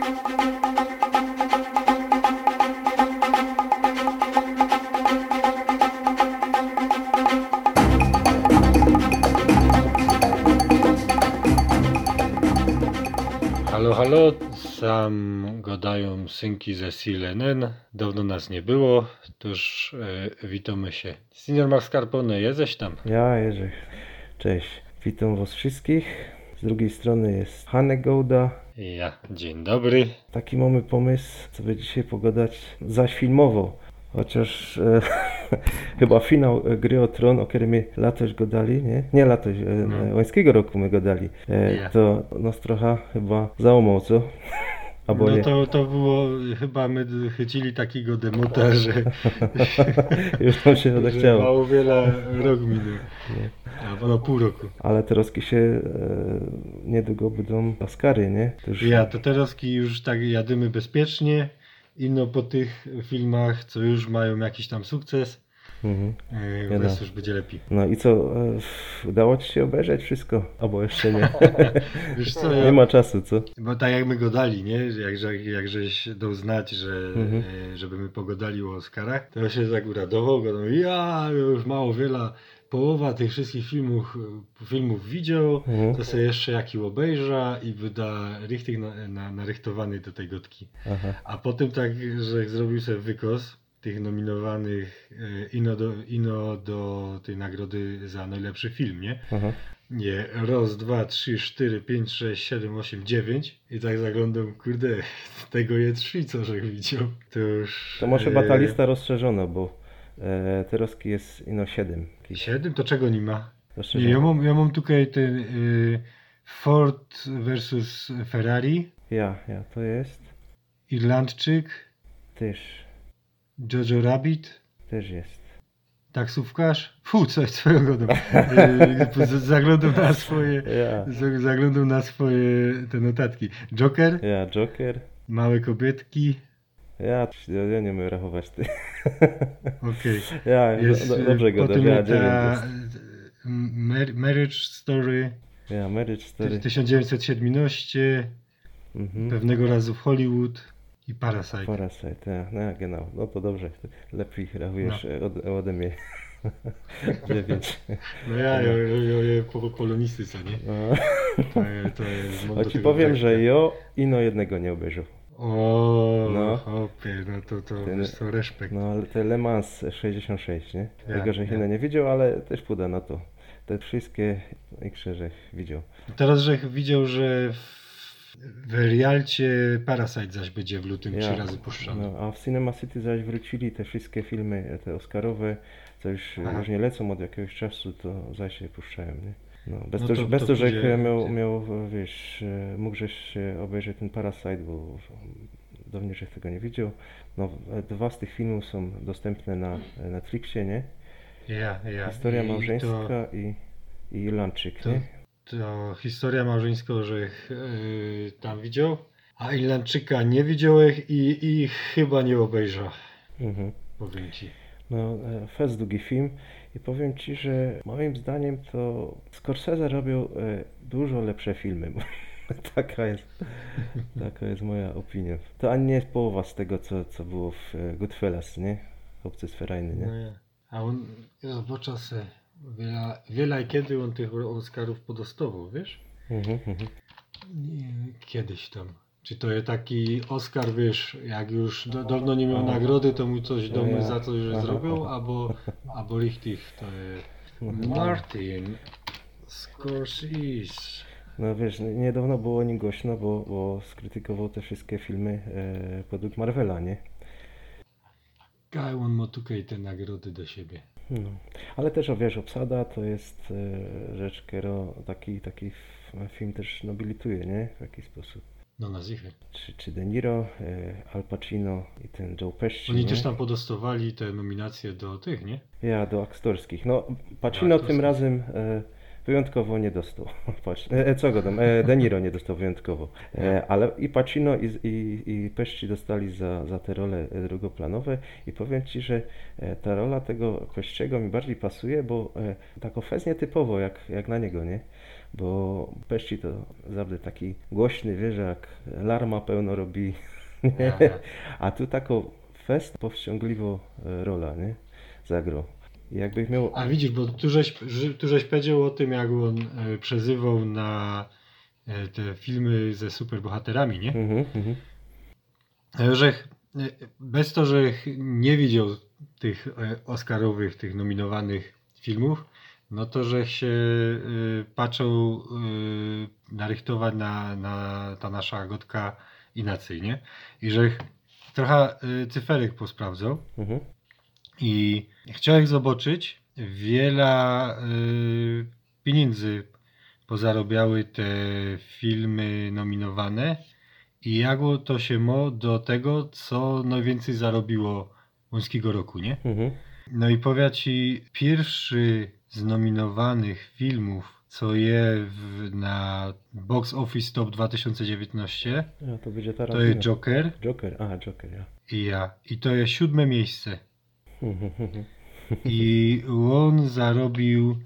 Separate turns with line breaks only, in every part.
Halo, halo, sam gadają synki ze CNN, dawno nas nie było, toż witamy się. Senior Mascarpone, jesteś tam?
Ja, Jerzy. Cześć. Witam was wszystkich. Z drugiej strony jest Hanek Gouda.
Ja, dzień dobry.
Taki mamy pomysł, co by dzisiaj pogadać zaś filmowo. Chociaż chyba finał Gry o Tron, o którym my latoś go dali, nie? Nie latoś, łańskiego roku my go dali. To nas trochę chyba załamał, co? Albo
No
nie.
to było, chyba my chycili takiego demuta, że
Już nam się
że
odechciało.
mało wiele rok minął, albo no pół roku.
Ale teraz się niedługo będą Oscary, nie? To już...
Ja, to teraz już tak jadymy bezpiecznie, ino po tych filmach, co już mają jakiś tam sukces,
Wiadomo.
już będzie lepiej.
No i co, udało ci się obejrzeć wszystko? Albo jeszcze nie?
Wiesz co,
Nie ma czasu, co?
bo tak jak my go dali, nie? Jakżeś dał znać, że żeby my pogadali o Oscarach, to ja się tak uradował, gadał, ja już mało wiele, połowa tych wszystkich filmów widział, to sobie jeszcze jaki obejrza i wyda richtig narychtowany do tej gotki.
Aha.
A potem tak, że jak zrobił sobie wykos tych nominowanych ino do tej nagrody za najlepszy film, nie?
Aha.
Nie, raz, dwa, trzy, cztery, pięć, sześć, siedem, osiem, dziewięć i tak zaglądam, kurde, tego je trzy, co żech widział. To już...
To może chyba ta lista rozszerzona, bo teraz jest ino 7.
7? To czego nie ma?
Rozszerzona.
Nie, ja mam tutaj ten Ford versus Ferrari,
Ja, to jest.
Irlandczyk,
Też
Jojo Rabbit,
jest.
taksówkarz, coś swojego godą. Zaglądam na swoje te notatki. Joker,
Ja, Joker.
małe kobietki.
Ja nie umiem rachować. Ty.
Okej.
Ja,
Jest,
dobrze go
potem
ja, 9
ta
jest.
Marriage Story
Ja, Marriage Story.
1917, pewnego razu w Hollywood i Parasite.
Parasite, ja, no genau. No to dobrze. Lepiej rachujesz ode mnie. 9.
No ja po polonistyce, nie? To jest
A ci powiem, że ino jednego nie obejrzał.
No, to respekt.
No ale te Le Mans 66, nie?
Ja,
Tego, że Chiny nie widział, ale też poda na to. Te wszystkie igrze widział.
Teraz, że widział, że w Rialcie Parasite zaś będzie w lutym 3 razy puszczany.
No, a w Cinema City zaś wrócili te wszystkie filmy, te Oscarowe, co już nie lecą od jakiegoś czasu, to zaś się puszczają, nie? No, bez to, że miał, wiesz, mógł żeś obejrzeć ten Parasite, bo dawniej żech tego nie widział. No, 2 z tych filmów są dostępne na Netflixie, nie? Historia małżeńska i Irlandczyk, nie?
To historia małżeńska, że tam widział, a Irlandczyka nie widziałem i chyba nie obejrzał. Powiem ci.
No, fest długi film i powiem ci, że moim zdaniem to Scorsese robił dużo lepsze filmy. Taka jest moja opinia. To ani nie jest połowa z tego, co było w Goodfellas, nie? Chłopcy z Ferajny, nie?
No ja. A on zobacza se wiele kiedy on tych Oscarów podostawał, wiesz? Kiedyś tam. Czy to jest taki Oscar, wiesz, jak już dawno nie miał nagrody, to mu coś za coś że zrobił, albo richtig, to jest Martin Scorsese.
No wiesz, niedawno było o nim głośno, bo skrytykował te wszystkie filmy podług Marvela, nie?
On ma tutaj te nagrody do siebie.
No. Ale też wiesz, obsada to jest rzecz, która taki film też nobilituje, nie? W jakiś sposób.
No na zichy.
Czy De Niro, Al Pacino i ten Joe Pesci.
Oni też tam podostawali te nominacje do tych, nie?
Ja, do aktorskich. No, Pacino tym razem wyjątkowo nie dostał. Co go tam? De Niro nie dostał wyjątkowo. Ale i Pacino i Pesci dostali za te role drugoplanowe i powiem ci, że ta rola tego Pesciego mi bardziej pasuje, bo tak fest nietypowo jak na niego, nie? bo Pesci to zawsze taki głośny, wiesz, jak larma pełno robi, nie? A tu taką fest powściągliwą rola, nie? Zagrał. Jakbyś miał...
A widzisz, bo tu żeś powiedział o tym, jak on przezywał na te filmy ze superbohaterami, nie? Że bez to, że nie widział tych oscarowych, tych nominowanych filmów, no to, że się patrzą narychtować na ta nasza gotka inaczej, nie? I że trochę cyferek posprawdzał i chciałem zobaczyć, wiele pieniędzy pozarobiały te filmy nominowane i jak to się ma do tego, co najwięcej zarobiło Łońskiego Roku, nie? No i powiem ci, pierwszy z nominowanych filmów, co na Box Office Top 2019,
to będzie
to jest Joker.
Joker, ja.
I to jest 7. miejsce. I on zarobił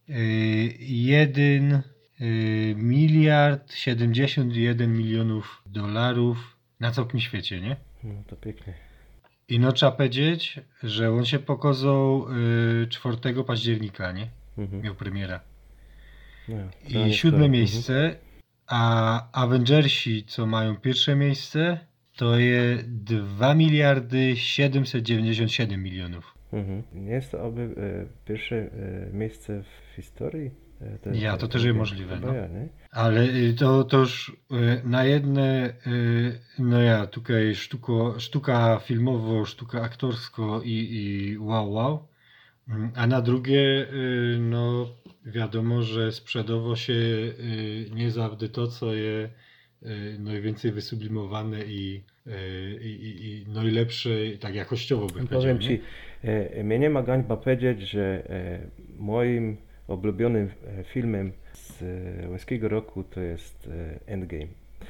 1 miliard 71 milionów dolarów na całym świecie, nie?
No to pięknie.
I no trzeba powiedzieć, że on się pokazał 4 października, nie? Miał premiera. I 7. miejsce, a Avengersi, co mają pierwsze miejsce, to jest 2 miliardy 797 milionów.
Nie jest to aby pierwsze miejsce w historii?
To też jest możliwe. No.
Ja, nie?
Ale to już na jedne, tutaj sztuka filmowo, sztuka aktorsko i wow. A na drugie, no wiadomo, że sprzedało się nie zawsze to, co jest najwięcej wysublimowane i najlepsze, tak jakościowo bym powiedział.
Powiem ci, mnie nie ma gańba powiedzieć, że moim ulubionym filmem z Łońskiego Roku to jest Endgame.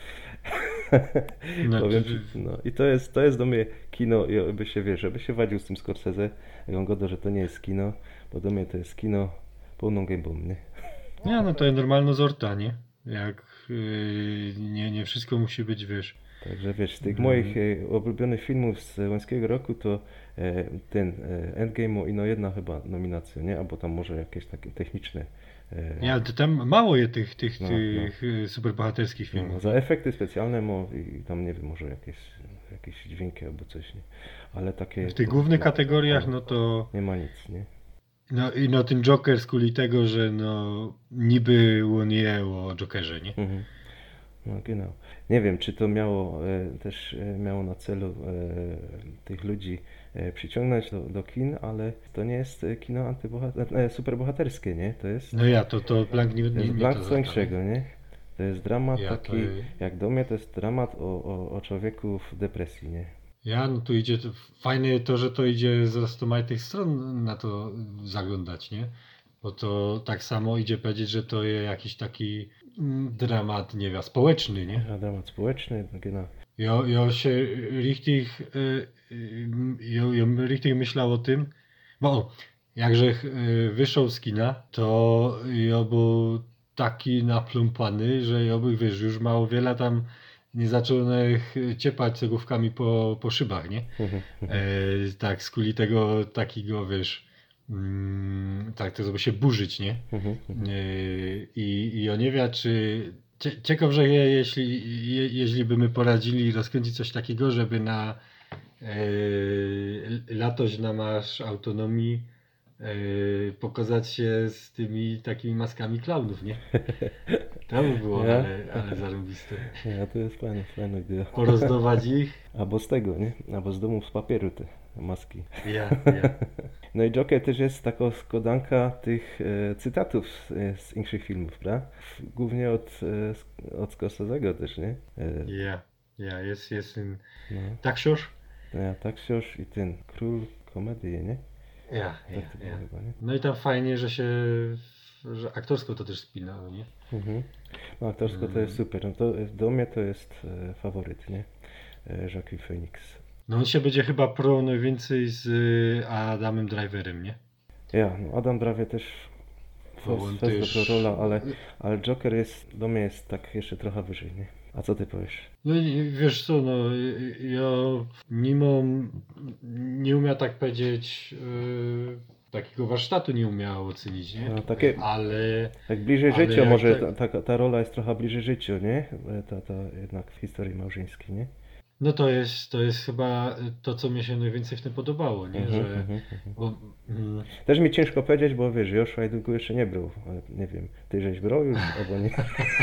Powiem ci, i to jest do mnie kino, żeby się wadził z tym Scorsese, jak on goda, że to nie jest kino, bo do mnie to jest kino pełną gębą, nie?
No to jest normalna zorta, nie? Jak nie wszystko musi być, wiesz.
Także wiesz, z tych moich ulubionych filmów z Łońskiego Roku to ten Endgame i jedna chyba nominacja, nie? Albo tam może jakieś takie techniczne.
Nie, ale tam mało jest tych superbohaterskich filmów.
No, za efekty specjalne i tam nie wiem, może jakieś dźwięki albo coś, nie? Ale takie...
W tych głównych kategoriach, no to...
Nie ma nic, nie?
No ten Joker z kuli tego, że niby on je o Jokerze, nie?
No genau. Nie wiem, czy to też miało na celu tych ludzi przyciągnąć do kin, ale to nie jest kino superbohaterskie, nie? To jest...
to Blank nie
To jest Blank co większego, nie? To jest dramat jak do mnie to jest dramat o człowieku w depresji, nie?
Tu idzie, fajne to, że to idzie z rozmaitych stron na to zaglądać, nie? Bo to tak samo idzie powiedzieć, że to jest jakiś taki dramat, nie wiem, społeczny, nie?
Dramat społeczny, genau.
Ja się richtig myślał o tym, bo jakże wyszedł z kina, to ja był taki napląpany, że ja bych, wiesz, już mało wiele tam nie zacząłem ciepać cegłówkami po szybach, nie? Tak, z kuli tego takiego, wiesz, tak, to żeby się burzyć, nie? I ja nie wiem, czy... Ciekaw, że jeśli by my poradzili rozkręcić coś takiego, żeby na latość na marsz autonomii pokazać się z tymi takimi maskami klaunów, nie? To by było, ale zarąbiste.
To jest fajna idea.
Porozdawać ich.
Albo z tego, nie? Albo z domów z papieru te maski.
Ja.
No i Joker też jest taka składanka tych cytatów z innych filmów, prawda? Głównie od Scorsese'ego też, nie?
Jest ten Taksiarz.
Taksiarz i ten Król Komedii, nie?
Ja.
Chyba, nie?
No i tam fajnie, że aktorsko to też spinało, nie?
No aktorsko to jest super. No to do mnie to jest faworyt, nie? Joaquin Phoenix.
No on się będzie chyba najwięcej z Adamem Driverem, nie?
Adam Driver też Fest dobra rola, ale Joker dla mnie jest tak jeszcze trochę wyżej, nie? A co ty powiesz?
No wiesz co, no ja nie umiem tak powiedzieć, takiego warsztatu nie umiał ocenić, nie?
No,
ale
tak bliżej życiu, może ta rola jest trochę bliżej życiu, nie? Ta jednak w historii małżeńskiej, nie?
No to jest chyba to, co mi się najwięcej w tym podobało, nie? Że,
Też mi ciężko powiedzieć, bo wiesz, Joshua i długo jeszcze nie brał, ale nie wiem, ty żeś brał już, albo nie.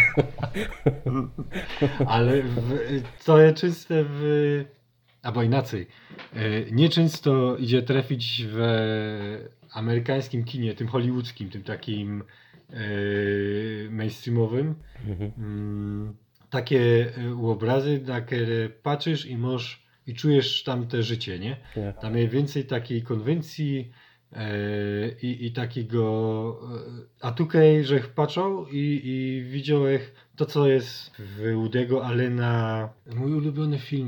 Ale to jest czyste albo inaczej, nieczęsto idzie trafić w amerykańskim kinie, tym hollywoodzkim, tym takim mainstreamowym, takie obrazy, na które patrzysz i czujesz tam te życie, nie?
Yeah.
Tam jest więcej takiej konwencji i takiego, a tutaj, że patrzą i widział to, co jest w Woody'ego Allena, mój ulubiony film.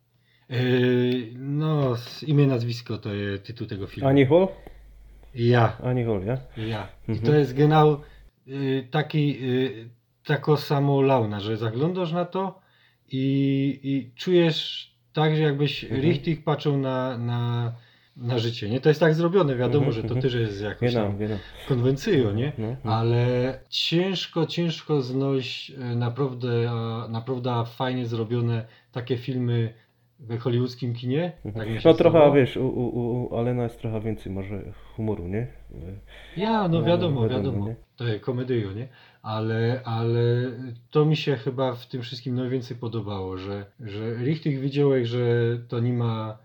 No, imię, nazwisko to jest tytuł tego filmu.
Annie Hall?
Ja.
Annie Hall, ja?
Ja. I to jest genau taki, tako samo launa, że zaglądasz na to i czujesz tak, że jakbyś richtig patrzył na życie, nie? To jest tak zrobione, wiadomo, że to też jest jakoś tam konwencyjo, nie? Ale ciężko znaleźć naprawdę fajnie zrobione takie filmy w hollywoodzkim kinie. Tak mi się
trochę, wiesz, u Allena jest trochę więcej może humoru, nie?
Wiadomo. Nie? To jest komedyjo, nie? Ale to mi się chyba w tym wszystkim najwięcej podobało, że richtig widziałeś, że to nie ma,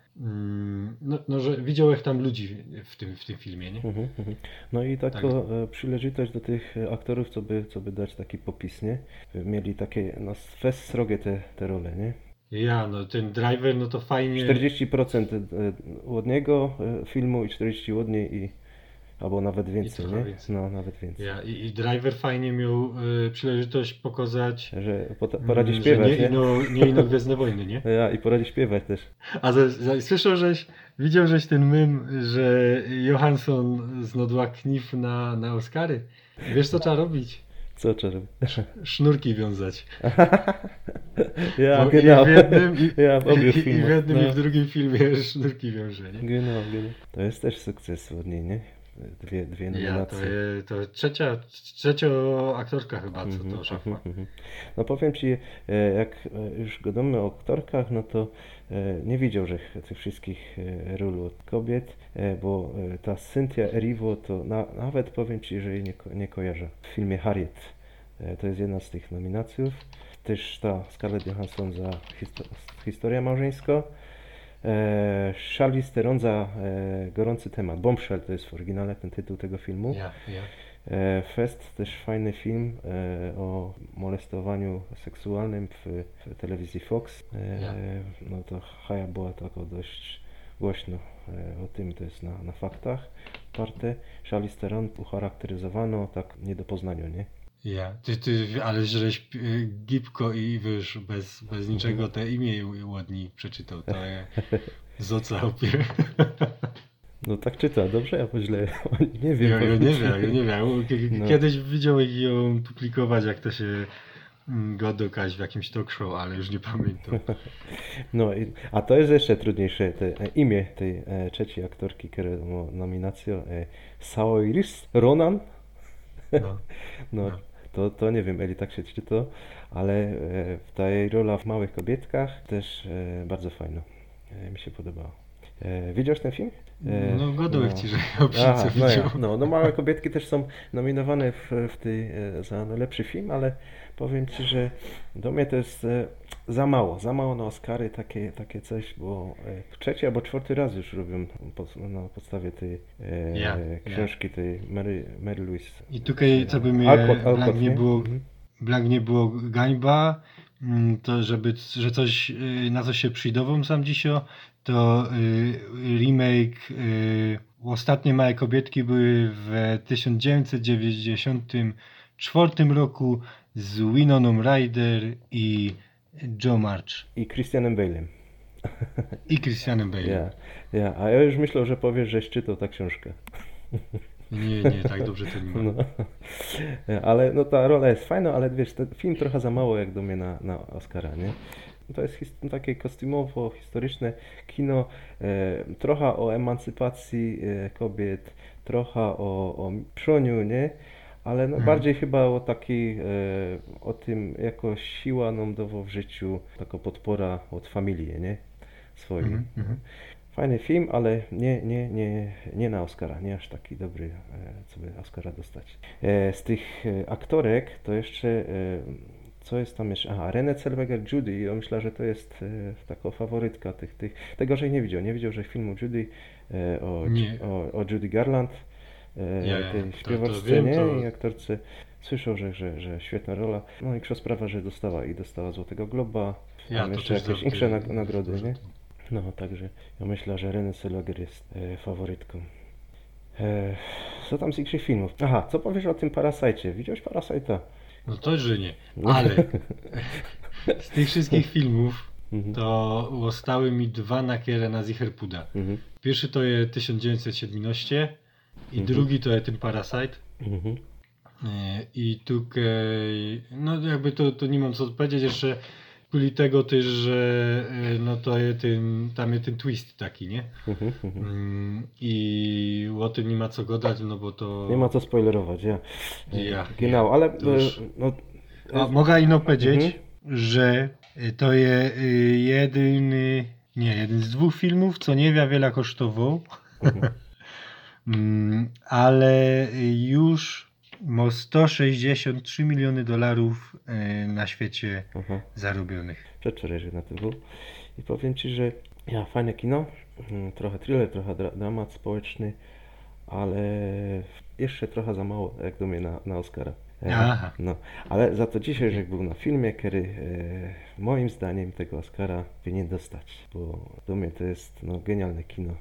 że widziałeś tam ludzi w tym filmie, nie?
No i przylecieć do tych aktorów, co by dać taki popis, nie? Mieli takie, fest srogie te role, nie?
Ten Driver, to fajnie.
40% od niego filmu i 40% od niej albo nawet więcej, nie?
Więcej.
No, nawet więcej.
I Driver fajnie miał przyczepność pokazać,
że poradzi śpiewać,
nie ino Gwiezdne Wojny, nie?
I poradzi śpiewać też.
A słyszał, widział ten mym, że Johansson znodła kniw na Oscary? Wiesz, co trzeba robić?
Co trzeba robić?
Sznurki wiązać.
Genau.
I w jednym i w drugim filmie sznurki wiąże, nie?
Genau. To jest też sukces od niej, nie? Dwie nominacje.
To trzecia aktorka chyba, co to szafła.
No powiem Ci, jak już gadamy o aktorkach, to nie widział, że tych wszystkich ról od kobiet, bo ta Cynthia Erivo to nawet powiem Ci, że jej nie kojarzę. W filmie Harriet to jest jedna z tych nominacjów. Też ta Scarlett Johansson za historia małżeńska. Charlize Theron za gorący temat. Bombshell to jest w oryginale ten tytuł tego filmu. Fest też fajny film o molestowaniu seksualnym w telewizji Fox. To Haja była taka dość głośno o tym, to jest na faktach oparte. Charlize Theron ucharakteryzowano tak nie do poznania, nie?
Ale żeś gibko i wiesz, bez niczego te imię ładniej przeczytał, to z oca opie.
No tak czyta, dobrze, ja źle, nie wiem.
Ja nie wiem. Kiedyś widziałem ją publikować, jak to się godokaś w jakimś talk show, ale już nie pamiętam.
A to jest jeszcze trudniejsze, imię tej trzeciej aktorki, która ma nominację, Saoirse Ronan. To nie wiem, Eli tak się czyta, ale ta jej rola w Małych Kobietkach też bardzo fajna. Mi się podobało. Widziałeś ten film?
Godołek ci, że ja widział.
Małe Kobietki też są nominowane za najlepszy film, ale powiem Ci, że do mnie to jest za mało na Oscary takie coś, bo trzeci albo czwarty raz już robią na podstawie tej książki tej Mary Louise.
I tutaj co by mnie blank nie było gańba, to że coś na coś się przydową sam dzisiaj, to remake ostatnie Małe Kobietki były w 1994 roku z Winoną Ryder i Joe March.
I Christianem Bale'em.
I Christianem Bale'em.
A ja już myślę, że powiesz, żeś czytał tę książkę.
Nie, tak dobrze to nie ma.
No. Ale no ta rola jest fajna, ale wiesz, ten film trochę za mało jak do mnie na Oscara, nie? To jest takie kostiumowo-historyczne kino, trochę o emancypacji kobiet, trochę o proniu, nie? Ale no bardziej chyba o takiej, o tym jako siła nam dawa w życiu, taka podpora od familii, nie? Swojej. Fajny film, ale nie na Oscara, nie aż taki dobry, co by Oscara dostać. Z tych aktorek to jeszcze, co jest tam jeszcze? Aha, Renée Zellweger, Judy, ja myślę, że to jest taka faworytka tego, że nie widział, że filmu Judy o Judy Garland, tej śpiewaczce, i aktorce. Słyszał, że świetna rola. No i sprawa, że dostała Złotego Globa, tam jeszcze jakieś inne nagrody, nie? No, także ja myślę, że Renée Zellweger jest faworytką. Co tam z innych filmów? Aha, co powiesz o tym Parasite? Widziałeś Parasite'a?
No to, że nie, ale z tych wszystkich filmów to zostały mi dwa nakiery na Zicherpuda. Pierwszy to jest 1917 i drugi to jest ten Parasite. I tutaj, no jakby to nie mam co powiedzieć jeszcze. Kuli tego też, że no to jest tam jest ten twist taki, nie? I o tym nie ma co gadać, no bo to...
Nie ma co spoilerować, Genau, ale... No,
mogę ino powiedzieć, że to jest jeden z dwóch filmów, co nie wie wiele kosztował, ale już ma 163 miliony dolarów na świecie zarobionych.
Przedwczoraj na tym był. I powiem Ci, że fajne kino, trochę thriller, trochę dramat społeczny, ale jeszcze trochę za mało jak do mnie na Oscara. No, ale za to dzisiaj, że był na filmie, który moim zdaniem tego Oscara powinien dostać, bo do mnie to jest genialne kino.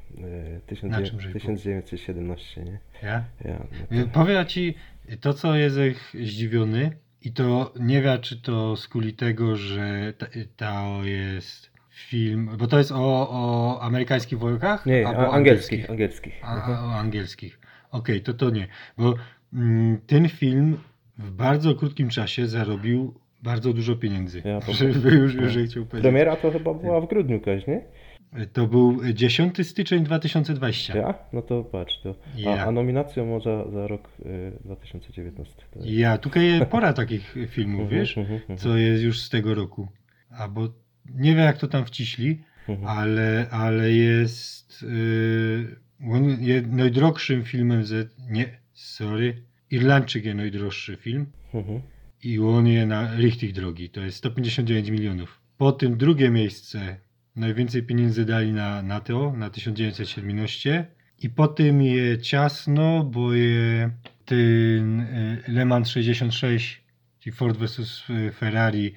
1917, nie?
Powiem Ci, to co jest zdziwiony i to nie wiem, czy to z kuli tego, że to jest film, bo to jest o amerykańskich wojskach?
Nie, o angielskich.
O angielskich. Okej, to nie, bo ten film w bardzo krótkim czasie zarobił bardzo dużo pieniędzy. Żeby już chciał powiedzieć.
Premiera to chyba była w grudniu, nie?
To był 10 styczeń 2020.
No to patrz, a nominacją może za rok 2019.
Tutaj jest pora takich filmów, wiesz, co jest już z tego roku. Albo nie wiem jak to tam wciśli, ale jest najdroższym filmem Irlandczyk jest najdroższy film i on jest richtig drogi, to jest 159 milionów. Potem drugie miejsce, najwięcej pieniędzy dali na 1917 i potem je ciasno, bo je ten Le Mans 66, czyli Ford vs Ferrari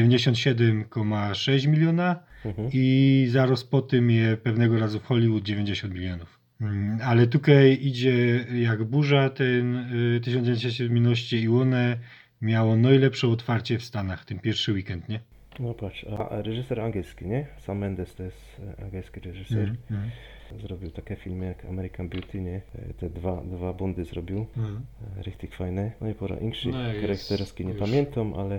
97,6 miliona i zaraz potem je pewnego razu w Hollywood 90 milionów. Ale tutaj idzie jak burza ten 1917 i one miało najlepsze otwarcie w Stanach, ten pierwszy weekend, nie?
No patrz, a reżyser angielski, nie? Sam Mendes to jest angielski reżyser. Zrobił takie filmy jak American Beauty, nie? Te dwa Bondy zrobił. Richtig fajne. No i pora inszy charakterski nie pamiętam, ale...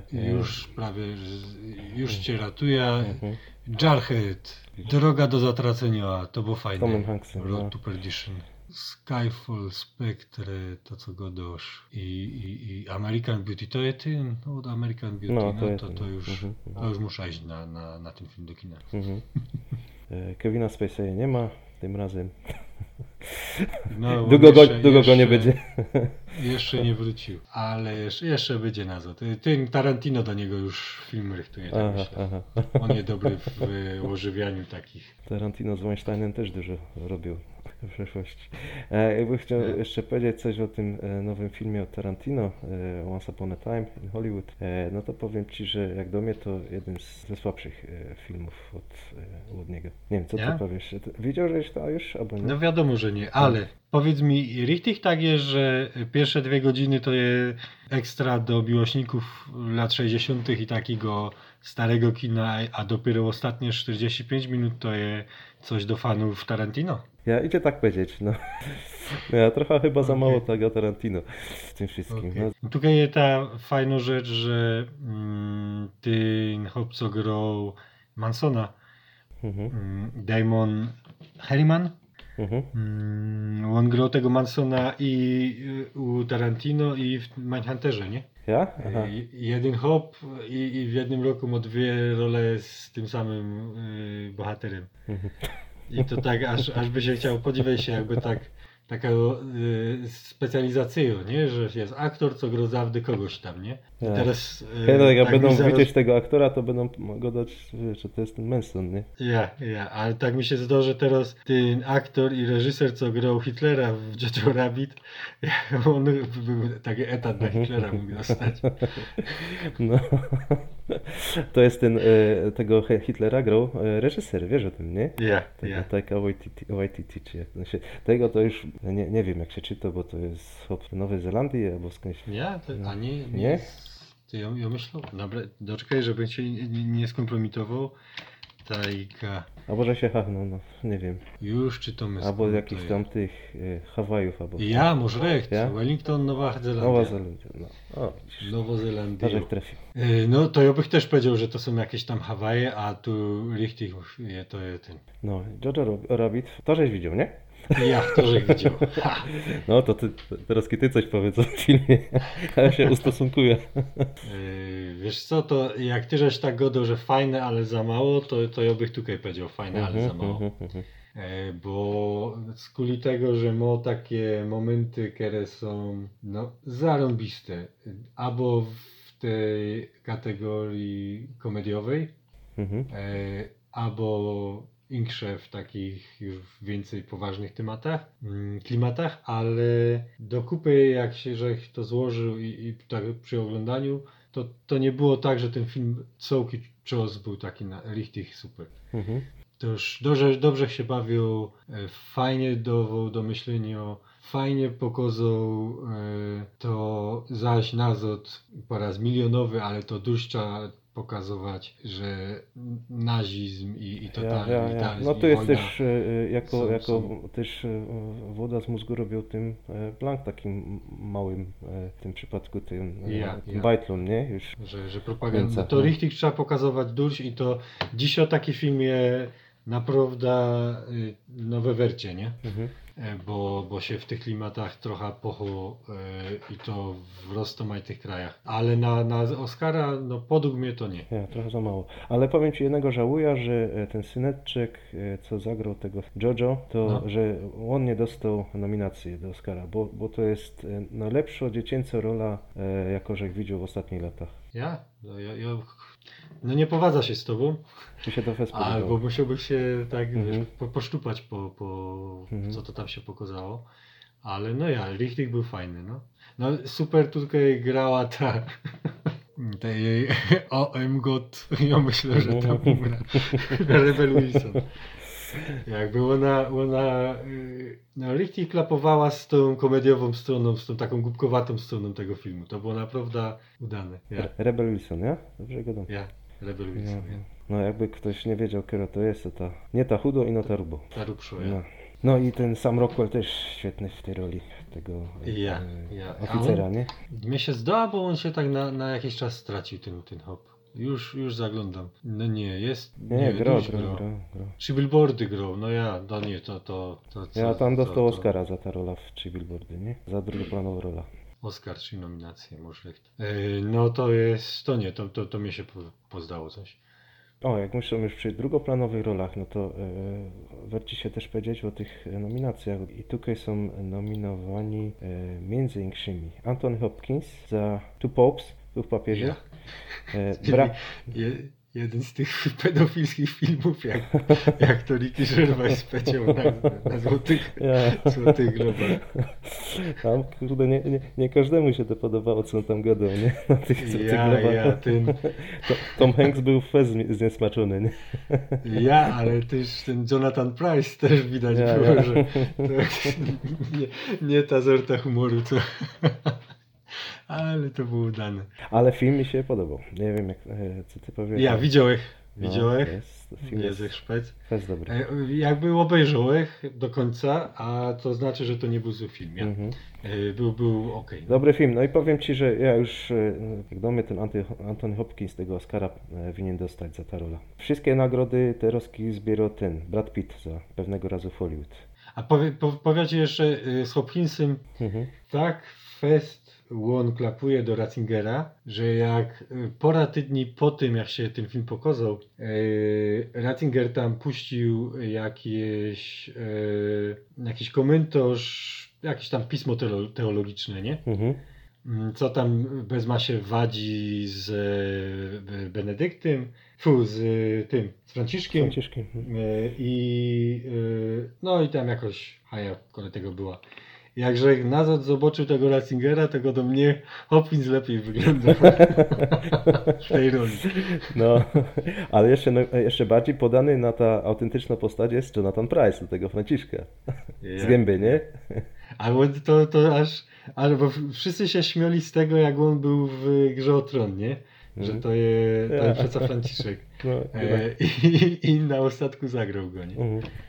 Już cię ratuje. Jarhead, Droga do zatracenia, to było fajne.
Tomem Hanksem.
Road to Perdition. Skyfall, Spectre, to co godosz i American Beauty, to jest ten, American Beauty, to już muszę iść na ten film do kina.
Kevina Spacey'a nie ma tym razem.
No,
długo go nie będzie.
Jeszcze nie wrócił, ale jeszcze będzie na to. Ten Tarantino do niego już film rychtuje, tak myślę. On jest dobry w ożywianiu takich.
Tarantino z Weinsteinem też dużo robił w przeszłości. Jakbym chciał jeszcze powiedzieć coś o tym nowym filmie od Tarantino, Once Upon a Time in Hollywood, no to powiem Ci, że jak do mnie to jeden ze słabszych filmów od niego. Nie wiem, co Ty powiesz. Widziałeś to już, albo nie?
No wiadomo, że nie, ale powiedz mi, richtig tak jest, że pierwsze 2 godziny to jest ekstra do miłośników lat 60. i takiego starego kina, a dopiero ostatnie 45 minut to jest coś do fanów Tarantino?
Ja idzie tak powiedzieć, no. Ja trochę chyba za mało tego Tarantino w tym wszystkim.
Okay. No. Tutaj jest ta fajna rzecz, że ten chłop, co grał Mansona, Damon Herriman, on grał tego Mansona i u Tarantino i w Mindhunterze, nie?
Ja?
Jeden hop i w jednym roku ma 2 role z tym samym bohaterem. I to tak aż by się chciał, podziwiać się jakby taka specjalizacja, nie? Że jest aktor, co gra zawdy kogoś tam, nie? I teraz
jak będą widzieć tego aktora, to będą go dać, że to jest ten Manson, nie?
Ale tak mi się zdaje, że teraz ten aktor i reżyser, co grał Hitlera w Jojo Rabbit, on był taki etat na Hitlera mógł dostać.
No. To jest tego Hitlera grał reżyser, wiesz o tym, nie? Taika Waititi, czy jak to się... Tego to już nie wiem jak się czyta, bo to jest z Nowej Zelandii albo skądś.
Nie? To ja myślę, dobra, doczekaj, żebym się nie skompromitował. Taika.
Albo że się hachnął, no, nie wiem.
Już czytamy.
Albo jakichś tam tych Hawajów, albo...
może recht. Wellington, Nowa Zelandia.
No. O,
Nowozelandia.
Może trafił.
No to ja bych też powiedział, że to są jakieś tam Hawaje, a tu richtig to jest ten.
No, Jojo Rabbit, to żeś widział, nie?
Ja to żeś widział.
No to teraz ty coś powiedz o filmie, a ja się ustosunkuję.
Wiesz co, to jak ty żeś tak godał, że fajne, ale za mało, to ja bych tutaj powiedział fajne, ale za mało. Bo z kuli tego, że ma takie momenty, które są zarąbiste, albo w tej kategorii komediowej, albo większe w takich już więcej poważnych klimatach, ale do kupy jak się żech to złożył i tak przy oglądaniu, to nie było tak, że ten film całki czas był taki richtig super. To już dobrze się bawił, fajnie do myślenia, fajnie pokazał to zaś nazad po raz milionowy, ale to dużo trzeba pokazywać, że nazizm i totalitaryzm.
No to jest też jako też woda z mózgu robił tym Blank takim małym w tym przypadku tym Bajtlun, nie? Już
że propaganda. To richtig trzeba pokazywać dużo i to dziś o taki filmie naprawdę nowe wercie, nie? Bo się w tych klimatach trochę pochło i to w rozmaitych krajach. Ale na Oscara, podług mnie to nie.
Trochę za mało. Ale powiem Ci jednego żałuję, że ten syneczek, co zagrał tego Jojo, że on nie dostał nominacji do Oscara, bo to jest najlepsza dziecięca rola, jaką żech widział w ostatnich latach.
Ja nie powadza się z tobą.
Czy się to
bo musiałbyś się tak posztupać po co to tam się pokazało. Ale richtig był fajny, no. Super tutaj grała ta jej O.M. God. Ja myślę, że tam umrę. Rebel Wilson. Jakby ona richtig klapowała z tą komediową stroną, z tą taką głupkowatą stroną tego filmu. To było naprawdę udane.
Rebel Wilson, ja? Dobrze go dam.
Rebel Wilson,
No jakby ktoś nie wiedział, która to jest, to nie ta chudo i no ta rubo.
Ta rubszo,
No i ten Sam Rockwell też świetny w tej roli tego oficera, nie?
Mnie się zdało, bo on się tak na jakiś czas stracił, ten hop. Już zaglądam. No nie, jest...
Nie, grał.
Trzy billboardy grał,
Ja tam dostał Oscara za ta rola w Trzy billboardy, nie? Za drugoplanową rola.
Oscar, 3 nominacje, może. No to jest... To nie, to mi się pozdało coś.
Jak myślę już przy drugoplanowych rolach, no to warto się też powiedzieć o tych nominacjach. I tutaj są nominowani między innymi Anthony Hopkins za Two Popes, był w papieże.
Jeden z tych pedofilskich filmów, jak to Ricky Gervais speciał na złotych globach.
Tam, kurde, nie każdemu się to podobało, co on tam gadał, nie? Na tych złotych globach. Tom Hanks był fez zniesmaczony, nie?
Ale też ten Jonathan Pryce też widać było, że nie ta sorta humoru, co... Ale to było udane.
Ale film mi się podobał. Nie wiem, co ty powiesz.
Ja widziałem. Widziałeś?
Film
Jest Szpec.
Fest dobry.
Jakby obejrzałem do końca, a to znaczy, że to nie był zły film. Był okej.
Dobry film. No i powiem Ci, że ja już, jak do mnie ten Anthony Hopkins tego Oscara winien dostać za ta rola. Wszystkie nagrody Terowski zbierał ten, Brad Pitt za Pewnego razu w Hollywood.
A powiecie jeszcze z Hopkinsem, tak fest łon klapuje do Ratzingera, że jak pora tygodni po tym, jak się ten film pokazał, Ratzinger tam puścił jakiś komentarz, jakieś tam pismo teologiczne, nie? Co tam Bezma się wadzi z Benedyktym, z Franciszkiem. No i tam jakoś haja koło tego była. Jakże Nazad zobaczył tego Ratzingera, tego do mnie Hopkins lepiej wygląda w tej roli.
No, ale jeszcze bardziej podany na ta autentyczna postać jest Jonathan Pryce, do tego Franciszka. Z Gęby, nie?
Ale to aż bo wszyscy się śmiali z tego, jak on był w Grze o Tron, nie? Że to jest przeca Franciszek.
No,
I na ostatku zagrał go, nie?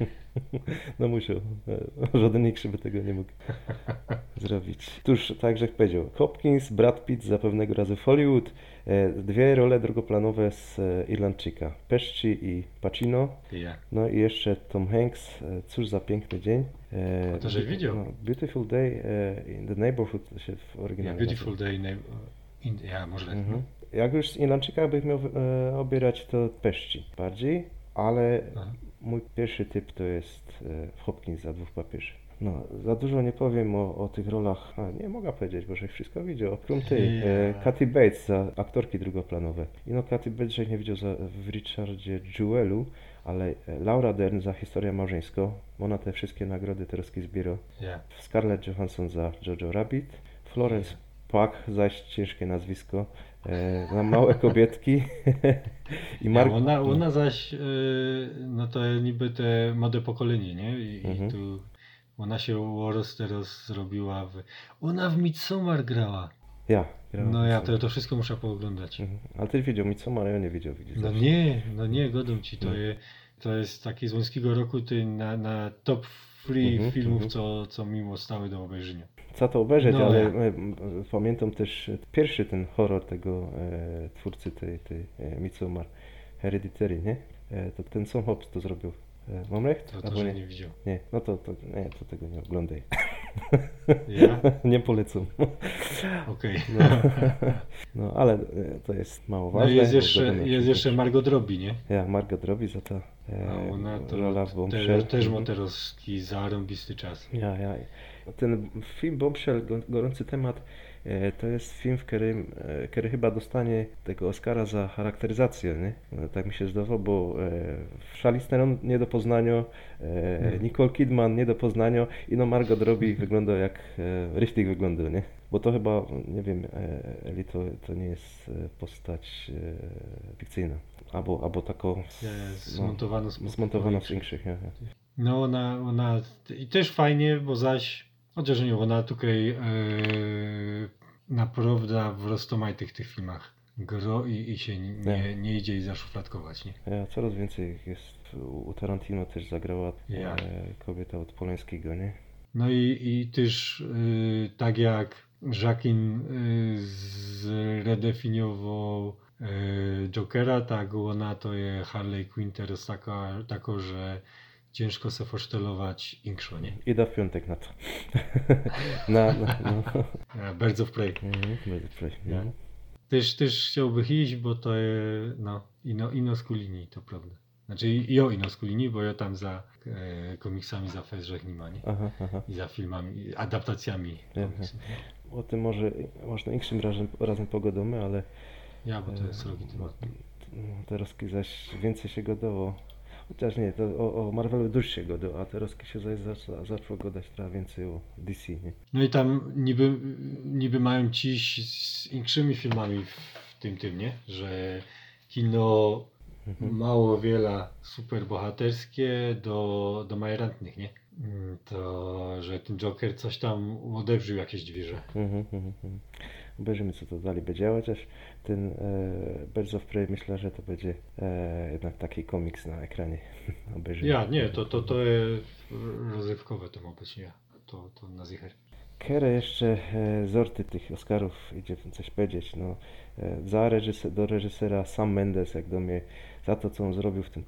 No musiał. Żaden inny by tego nie mógł zrobić. Tuż, tak jak powiedział, Hopkins, Brad Pitt za Pewnego razu w Hollywood, dwie role drugoplanowe z Irlandczyka, Pesci i Pacino. No i jeszcze Tom Hanks, Cóż za piękny dzień.
To żeś widział?
No, Beautiful Day in the Neighborhood się w oryginale
Beautiful Day może.
Jak już z Irlandczyka bych miał obierać, to Pesci bardziej, ale mój pierwszy typ to jest Hopkins za Dwóch papieży. No, za dużo nie powiem o tych rolach. Nie mogę powiedzieć, bo żeś wszystko widział. Oprócz tej Kathy Bates za aktorki drugoplanowe. I no Kathy Bates żeś nie widział w Richardzie Jewelu, ale Laura Dern za Historię małżeńską. Ona te wszystkie nagrody teraz zbiera. Scarlett Johansson za Jojo Rabbit. Florence Pugh zaś ciężkie nazwisko. Na Małe kobietki.
I ona zaś, no to niby te młode pokolenie, nie? I tu ona się teraz zrobiła ona w Midsommar grała. To wszystko muszę pooglądać.
Ale ty widział Midsommar, ja nie widział.
No nie, godą ci. To jest taki z Łońskiego roku na top 3 filmów, co mimo stały do obejrzenia.
Co to obejrzeć, ale pamiętam też pierwszy ten horror tego twórcy tej Midsommar, Hereditary, nie? To ten Sam Hobbs to zrobił. Mam recht?
To nie widział.
Nie, no to tego nie oglądaj.
Ja?
Nie polecam.
Okej.
No, ale to jest mało ważne.
No jest jeszcze Margot Robbie, nie?
Margot Robbie za ta
ona to
rola w Bombshell.
Też moterowski, zarąbisty czas.
Ten film Bombshell, gorący temat, to jest film, który chyba dostanie tego Oscara za charakteryzację, nie? Tak mi się zdawało, bo Charlize Theron nie do poznania, Nicole Kidman nie do poznania i no Margot Robbie wygląda jak richtig wygląda, nie? Bo to chyba, nie wiem, Eli, to nie jest postać fikcyjna, albo taką zmontowana z większych.
No ona i też fajnie, bo zaś chociaż nie, ona tutaj naprawdę w roztomaj tych filmach gro i się nie idzie i zaszufladkować, nie?
Coraz więcej jest, u Tarantino też zagrała kobieta od Polańskiego, nie?
No i też tak jak Jacqueline zredefiniował Jokera, tak ona to jest Harley Quinn teraz taka, że ciężko se fosztelować inkszo, nie?
I da w piątek na to.
Bardzo w play.
Bardzo w play.
Też chciałbym iść, bo to jest ino Sculini, to prawda. Znaczy ino Sculini, bo ja tam za komiksami za Fezrzech nie ma, nie? I za filmami, adaptacjami.
O tym może można innym razem pogadamy, ale
bo to jest rogi temat.
Teraz zaś więcej się gadało. Chociaż nie, to o Marvelu dużo się gadało, a teraz się zaczęło gadać trochę więcej o DC, nie?
No i tam niby mają ci z większymi filmami w tym, nie? Że kino mało wiele superbohaterskie do majerantnych, nie? To, że ten Joker coś tam odewrzył jakieś dwierze.
Obejrzymy, co to dalej będzie, chociaż ten Birds of Prey myślę, że to będzie jednak taki komiks na ekranie. Obejrzymy.
Nie, to jest rozrywkowe to ma być, nie. To na zicher.
Kere jeszcze z orty tych Oscarów idzie coś powiedzieć, no do reżysera Sam Mendes, jak do mnie, za to, co on zrobił w tym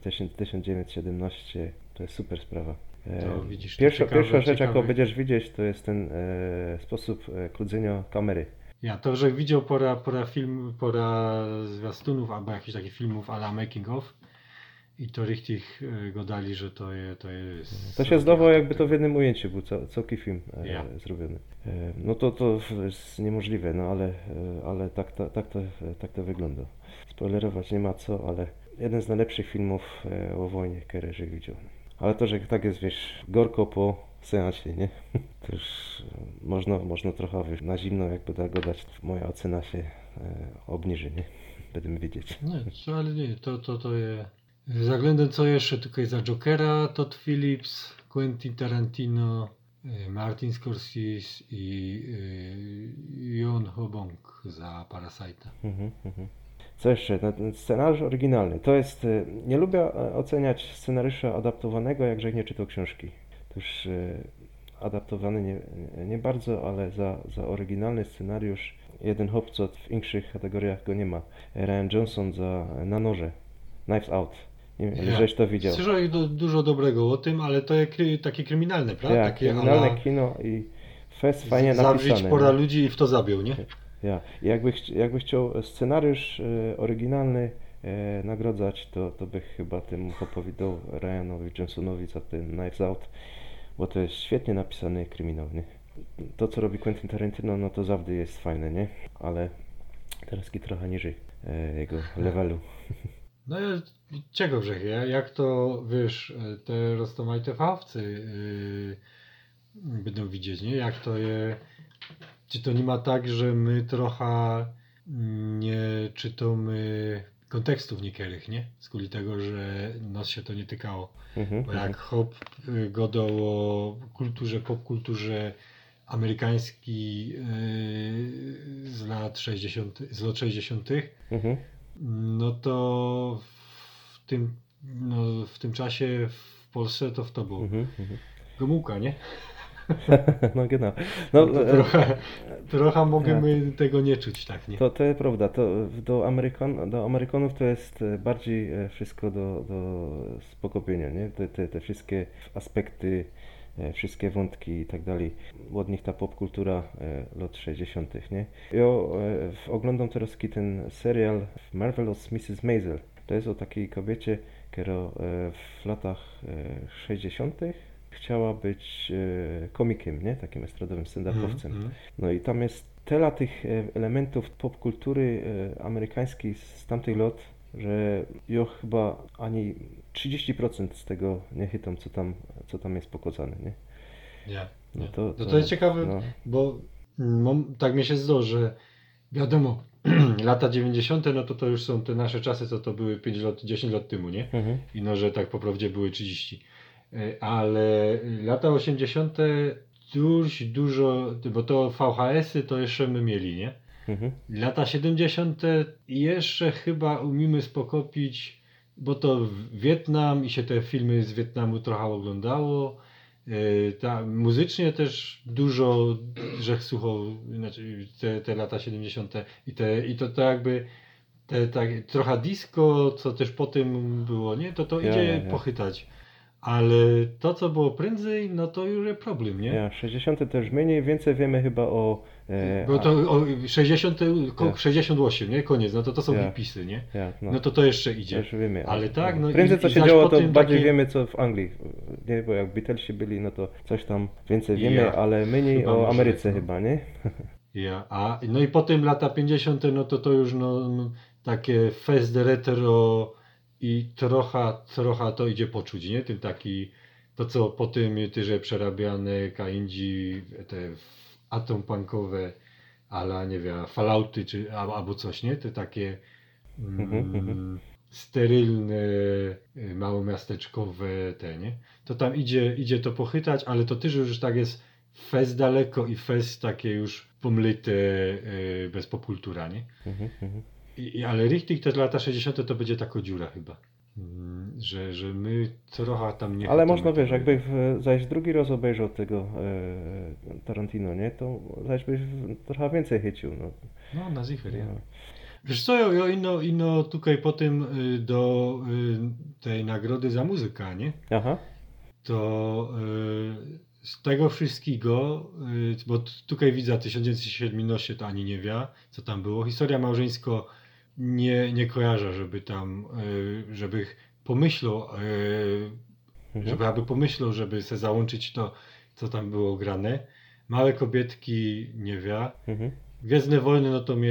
1917, to jest super sprawa.
To widzisz, to
Pierwsza rzecz, jaką będziesz widzieć, to jest ten sposób kludzenia kamery.
Ja to, że widział pora zwiastunów albo jakichś takich filmów a la making of i to richtig go dali, że to jest...
To się zdawało, jakby to w jednym ujęciu był całki film zrobiony. No to jest niemożliwe, no ale tak to wygląda. Spoilerować nie ma co, ale jeden z najlepszych filmów o wojnie Kereży widział. Ale to, że tak jest, wiesz, gorko po seansie, nie? To już można trochę na zimno jakby tak go dać. Moja ocena się obniży, nie? Będziemy wiedzieć.
Nie, ale nie, to jest... Względem co jeszcze, tylko jest za Jokera, Todd Phillips, Quentin Tarantino, Martin Scorsese i Jon Ho-bong za Parasite'a.
Co jeszcze? Scenariusz oryginalny. To jest... Nie lubię oceniać scenariusza adaptowanego, jakże nie czytał książki. To już adaptowany nie bardzo, ale za oryginalny scenariusz jeden hop, co w większych kategoriach go nie ma. Rian Johnson za Na noże. Knives Out. Nie wiem, żeś to widział.
Słyszałem dużo dobrego o tym, ale to jest takie kryminalne, prawda?
Ja,
takie
kryminalne kino i fest fajnie napisane.
Zawrzeć pora ludzi i w to zabiął, nie?
Ja. Jakby chciał scenariusz oryginalny nagrodzać, to bych chyba tym hopowi dał Ryanowi Johnsonowi za ten Knives Out, bo to jest świetnie napisany kryminał, nie? To, co robi Quentin Tarantino, no to zawsze jest fajne, nie? Ale teraz trochę niżej jego levelu.
No czego grzech, jak to, wiesz, te roztomajte fachowcy będą widzieć, nie? Jak to czy to nie ma tak, że my trochę nie czytamy kontekstów niektórych, nie? Z kuli tego, że nas się to nie tykało. Bo jak Hop godał o kulturze, popkulturze amerykańskiej z lat 60. No to w tym czasie w Polsce to było Gomułka, nie?
No genau.
Trochę możemy tego nie czuć, tak, nie?
To jest prawda. Do Amerykanów to jest bardziej wszystko do spokopienia, nie? Te wszystkie aspekty, wszystkie wątki i tak dalej. Od nich ta popkultura lat 60., nie? Ja oglądam teraz ten serial Marvelous Mrs. Maisel. To jest o takiej kobiecie, która w latach 60. chciała być komikiem, nie? Takim estradowym stand-upowcem. No i tam jest tyle tych elementów popkultury amerykańskiej z tamtych lat, że ja chyba ani 30% z tego nie chytam, co tam jest pokazane, nie?
Nie.
No
to jest ciekawe, bo tak mi się zdało, że wiadomo, lata 90. no to już są te nasze czasy, co to były 10 lat temu, nie? I no, że tak po prawdzie były 30. Ale lata 80. dużo, bo to VHS-y to jeszcze my mieli, nie? Lata 70. jeszcze chyba umiemy spokopić, bo to Wietnam i się te filmy z Wietnamu trochę oglądało. Muzycznie też dużo, że słuchał, znaczy te lata 70. i to jakby trochę disco, co też po tym było, nie? To idzie pochytać. Ale to, co było prędzej, no to już jest problem, nie?
Ja, 60. też mniej więcej wiemy chyba o...
Bo to 68, nie? Koniec, no to są wypisy, nie? No to jeszcze idzie.
Już wiemy.
Ale tak, no
prędzej co się działo, to bardziej wiemy, co w Anglii. Nie, bo jak Beatlesi byli, no to coś tam więcej wiemy, ale mniej o Ameryce chyba, nie?
No i potem lata 50, no to już takie fest retro i trochę to idzie poczuć, nie? Tym to co po tym tyże przerabiane K-indie, te atompunkowe, ale nie wiem, Fallouty czy albo coś, nie? Te takie sterylne, małomiasteczkowe te, nie? To tam idzie to pochytać, ale to też już tak jest fest daleko i fest takie już pomyte bez popkultura, nie? Ale richtig te lata 60. to będzie taka dziura chyba. Że my trochę tam nie...
Ale można, wiesz, jakby zaś drugi raz obejrzał tego Tarantino, nie? To zaś byś trochę więcej chycił, no.
No, na zicher, ja. Wiesz co, ja ino tutaj po tym do tej nagrody za muzykę, nie?
Aha.
To z tego wszystkiego, bo tutaj widzę 1917 to ani nie wie, co tam było. Historia małżeńsko nie kojarzę, żeby tam, żeby pomyślał, żeby se załączyć to, co tam było grane. Małe kobietki nie wie. Gwiezdne wojny, no to mnie,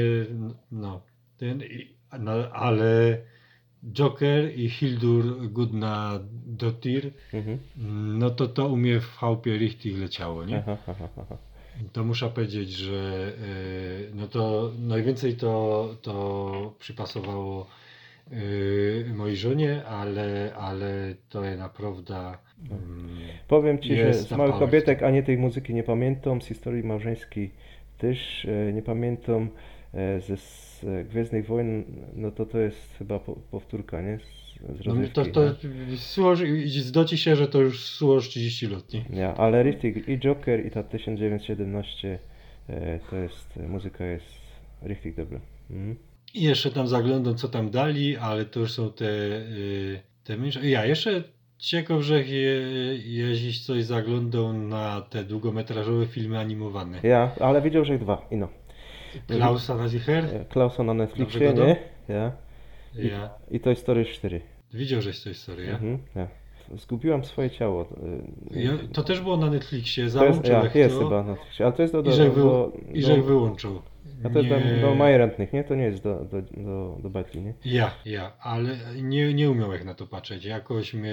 ale Joker i Hildur Gudnadottir, no to u mnie w chałupie richtig leciało, nie? To muszę powiedzieć, że no to najwięcej to przypasowało mojej żonie, ale to jest naprawdę...
Powiem Ci, że z Małych Kobietek ani tej muzyki nie pamiętam, z historii małżeńskiej też nie pamiętam, z Gwiezdnych Wojen, no to jest chyba powtórka, nie? Z rozrywki,
zdoci się, że to już słuło 30 lat, nie?
Ja, ale richtig, i Joker, i ta 1917, to jest, muzyka jest richtig dobra.
I jeszcze tam zaglądam, co tam dali, ale to już są te mniejsze. Ja jeszcze ciekaw, że jeśli coś zaglądał na te długometrażowe filmy animowane.
Ja, ale widział, że 2, ino.
Klausa na zicher?
Klausa na Netflixie, nie? Ja.
Ja.
I Toy Story 4.
Widział, że jest Toy Story, ja?
Ja. Zgubiłam swoje ciało.
To też było na Netflixie,
załączył jest chyba na Netflixie, ale to jest
że wyłączył.
A to jest do majorantnych, nie? To nie jest do Batli, nie?
Ja, ale nie umiał jak na to patrzeć. Jakoś mnie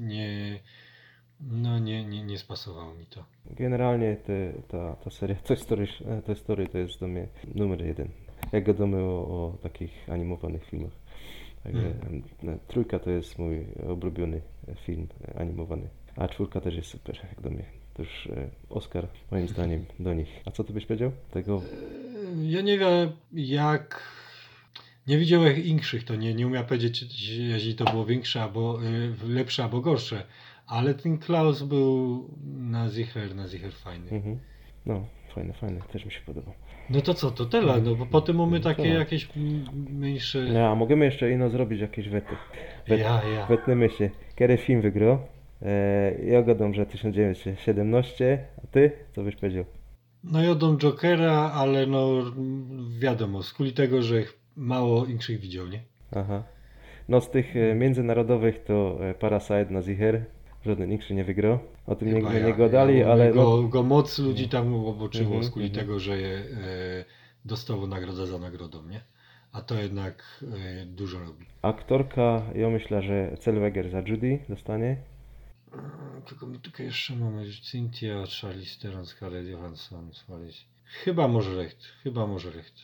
nie spasowało mi to.
Generalnie ta seria Toy Story to jest do mnie numer 1. Jak gadamy o takich animowanych filmach. Także trójka to jest mój ulubiony film animowany. A czwórka też jest super, jak do mnie. To już Oscar, moim zdaniem, do nich. A co ty byś powiedział? Tego...
Ja nie wiem, jak... Nie widziałem inszych, to nie umiem powiedzieć, jeśli to było większe, albo lepsze, albo gorsze. Ale ten Klaus był na zicher fajny.
No, fajny, też mi się podobał.
No to co, to tyle, no bo potem mamy takie jakieś mniejsze...
Ja, a możemy jeszcze ino zrobić jakieś wety.
Ja.
Wetnymy się, kiedy film wygrał. Ja gadam, że 1917, a ty? Co byś powiedział?
No ja dam Jokera, ale no wiadomo, z kuli tego, że mało inszych widział, nie?
Aha. No z tych międzynarodowych to Parasite na zicher. Żaden inszy nie wygrał. O tym nie gadali, ale...
Go moc ludzi tam oboczyło z kuli tego, że dostało nagrodę za nagrodą, nie? A to jednak dużo robi.
Aktorka, ja myślę, że Zellweger za Judy dostanie.
Tylko my tutaj jeszcze mamy Cynthia, Charlize Theron, Scarlett Johansson. Chyba może recht.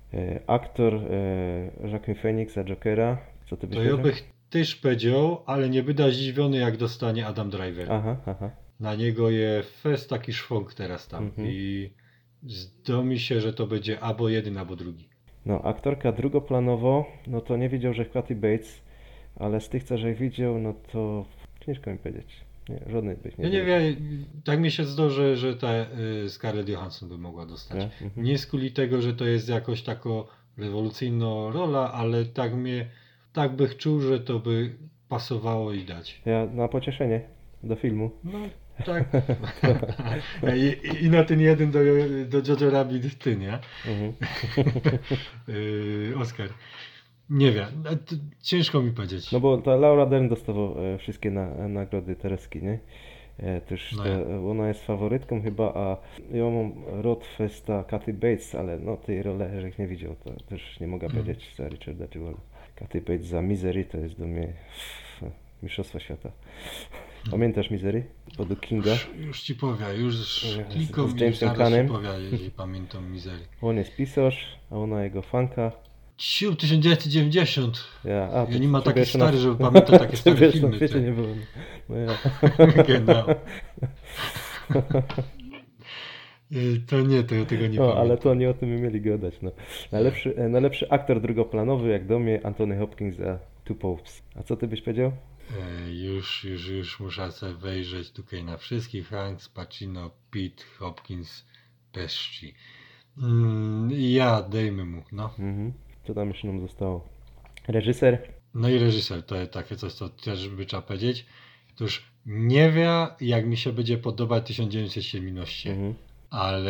Aktor Joaquin Phoenix za Jokera. Co ty byś powiedział?
To ja bych też powiedział, ale nie będę zdziwiony, jak dostanie Adam Driver.
Aha.
Na niego jest fest taki szwąg teraz tam i zdaje mi się, że to będzie albo jeden, albo drugi.
No, aktorka drugoplanowo, no to nie wiedział, że Kathy Bates, ale z tych, co że widział, no to ciężko mi powiedzieć. Nie, żadnej byś nie
Ja nie wiem, tak mi się zdarzy, że ta Scarlett Johansson by mogła dostać. Nie z kuli tego, że to jest jakoś taka rewolucyjna rola, ale tak bych czuł, że to by pasowało i dać.
Ja na pocieszenie do filmu.
No tak. I na ten jeden do Jojo Rabbit ty, nie? Oscar. Nie wiem, ciężko mi powiedzieć.
No bo ta Laura Dern dostawał wszystkie nagrody Tereski, nie? Też ona jest faworytką chyba, a ja mam Rodfesta Kathy Bates, ale no tej roli, że nie widział, to też nie mogę powiedzieć za Richarda Jewella. Kathy Bates za Misery to jest do mnie mistrzostwa świata. Pamiętasz Misery? Pod Kinga?
Już ci powiem, już klikam
z Jamesem Caanem.
Jeżeli pamiętam Misery.
On jest pisarz, a ona jego fanka.
1990.
Ja
nie ma taki stary, żeby pamiętać takie stare filmy.
Nie było. No ja.
Genau. To nie, to ja tego nie
No,
pamiętam.
ale to nie o tym mieli gadać. No. Najlepszy aktor drugoplanowy, jak do mnie, Anthony Hopkins za Two Popes. A co ty byś powiedział?
Już muszę sobie wejrzeć tutaj na wszystkich. Hanks, Pacino, Pitt, Hopkins, Pesci. Dajmy mu, no.
Co tam jeszcze nam zostało? Reżyser?
No i reżyser, to jest takie coś, co też by trzeba powiedzieć. Otóż nie wie, jak mi się będzie podobać 1917, ale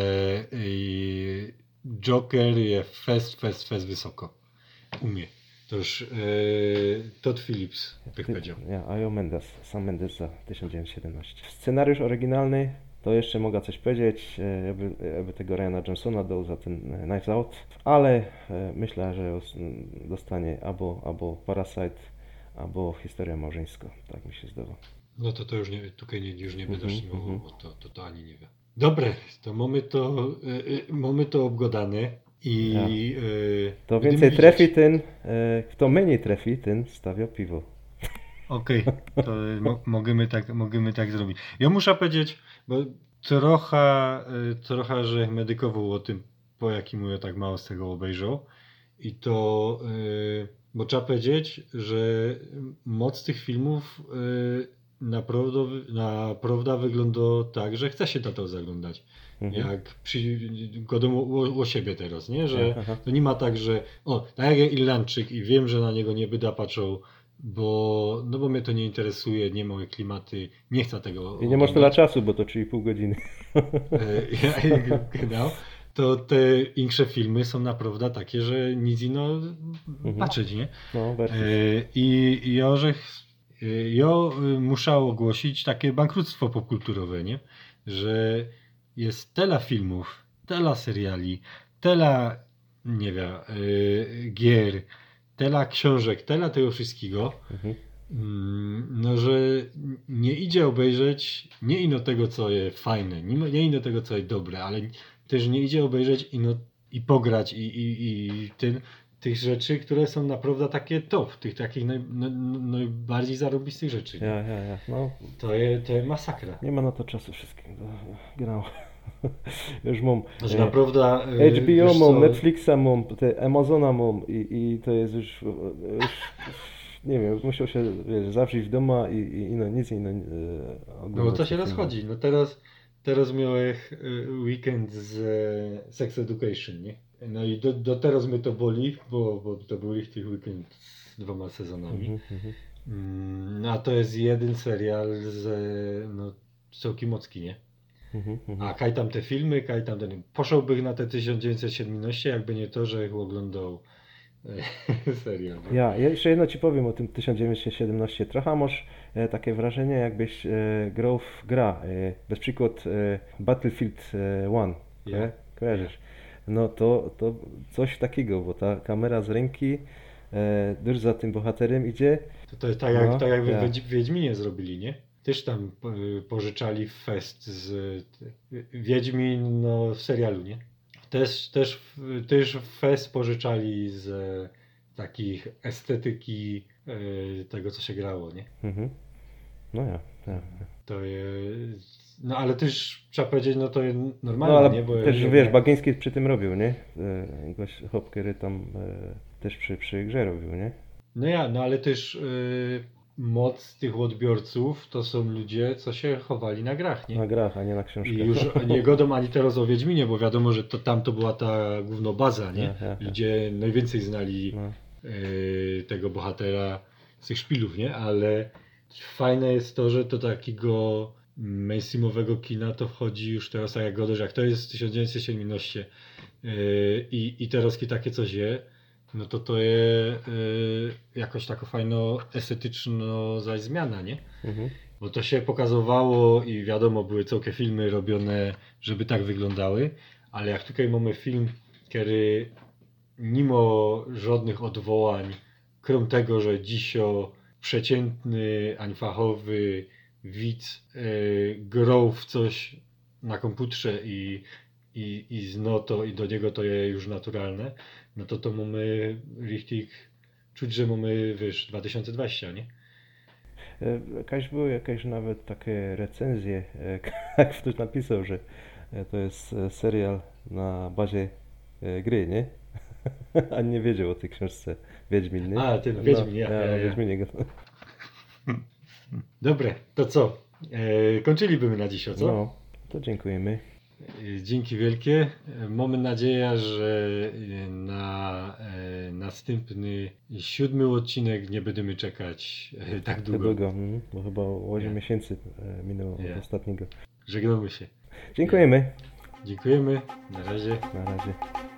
Joker jest fest wysoko. Umie. To już Todd Phillips, bych powiedział.
Sam Mendes za 1917. Scenariusz oryginalny, to jeszcze mogę coś powiedzieć, jakby tego Ryana Johnsona dał za ten Knives Out, ale myślę, że dostanie albo Parasite, albo Historia małżeńska, tak mi się zdawa.
No to już nie, tutaj już nie będę mówił, bo to ani nie wie. Dobre, to mamy to obgadane i...
To więcej trafi ten, kto mniej trafi, ten stawia piwo.
Okej, to możemy tak zrobić. Ja muszę powiedzieć, bo trochę, że medykował o tym, po jakim ja tak mało z tego obejrzał. I to, bo trzeba powiedzieć, że moc tych filmów naprawdę wygląda tak, że chce się na to zaglądać. Jak godą o siebie teraz, nie? Że to nie ma tak, że tak jak Irlandczyk i wiem, że na niego nie będę patrzył, bo mnie to nie interesuje, nie moje klimaty, nie chcę tego
i nie masz tyle czasu, bo to 3,5 godziny.
No, to te większe filmy są naprawdę takie, że nic innego patrzeć, nie?
No,
I ja muszę ogłosić takie bankructwo popkulturowe, nie? Że jest tyle filmów, tyle seriali, tyle, nie wiem, gier, tyle książek, tyle tego wszystkiego, no, że nie idzie obejrzeć nie ino tego, co jest fajne, nie ino tego, co jest dobre, ale też nie idzie obejrzeć i pograć i tych rzeczy, które są naprawdę takie top, tych takich najbardziej zarobistych rzeczy.
No.
To jest masakra.
Nie ma na to czasu wszystkiego. Grał. Już mam
naprawdę,
HBO mam, Netflixa mam, Amazona mam i to jest już nie wiem, musiał się zawrzeć w domu i nic innego
no to się rozchodzi. No teraz miałem weekend z Sex Education, nie? No i do teraz mnie to boli, bo to był ich tych weekend z 2 sezonami. No a to jest jeden serial całkiem mocki, nie? A kaj tam te filmy, poszedłbym na te 1917, jakby nie to, że oglądał serial. No?
Ja jeszcze jedno ci powiem o tym 1917. Trochę masz takie wrażenie, jakbyś grał w gra, bez przykład Battlefield 1, kojarzysz? No to coś takiego, bo ta kamera z ręki dużo za tym bohaterem idzie.
To jest tak jak w Wiedźminie zrobili, nie? Też tam pożyczali fest z Wiedźmin w serialu, nie? Też fest pożyczali z takich estetyki tego, co się grało, nie?
No ja.
To jest... No ale też trzeba powiedzieć, to jest normalne,
no, ale
nie? Bo
też wiesz, Bagiński przy tym robił, nie? Hopkery tam też przy grze robił, nie?
No ale też moc tych odbiorców to są ludzie, co się chowali na grach, nie?
Na grach, a nie na książkach.
I już nie godą ani teraz o Wiedźminie, bo wiadomo, że tam to była ta główna baza, nie? Ludzie najwięcej znali tego bohatera z tych szpilów, nie? Ale fajne jest to, że to takiego mainstreamowego kina to wchodzi już teraz, tak jak godasz, jak to jest 1917 i teraz takie coś jest, no to jest jakoś taka fajno estetyczna zaś zmiana, nie? Bo to się pokazywało i wiadomo, były całkie filmy robione, żeby tak wyglądały, ale jak tutaj mamy film, który mimo żadnych odwołań, krom tego, że dzisio przeciętny, ani fachowy widz grał w coś na komputerze i zno to i do niego to jest już naturalne, no to mamy richtig czuć, że mamy, wiesz, 2020, nie?
Były jakieś nawet takie recenzje, jak ktoś napisał, że to jest serial na bazie gry, nie? A nie wiedział o tej książce Wiedźmin, nie?
A, ten Wiedźmin,
ja. Wiedźminie.
Dobre, to co? Kończylibyśmy na dzisiaj, co?
No, to dziękujemy.
Dzięki wielkie. Mamy nadzieję, że na następny 7 odcinek nie będziemy czekać tak długo.
Bo chyba 8 miesięcy minęło od ostatniego.
Żegnamy się.
Dziękujemy.
Dziękujemy. Na razie.
Na razie.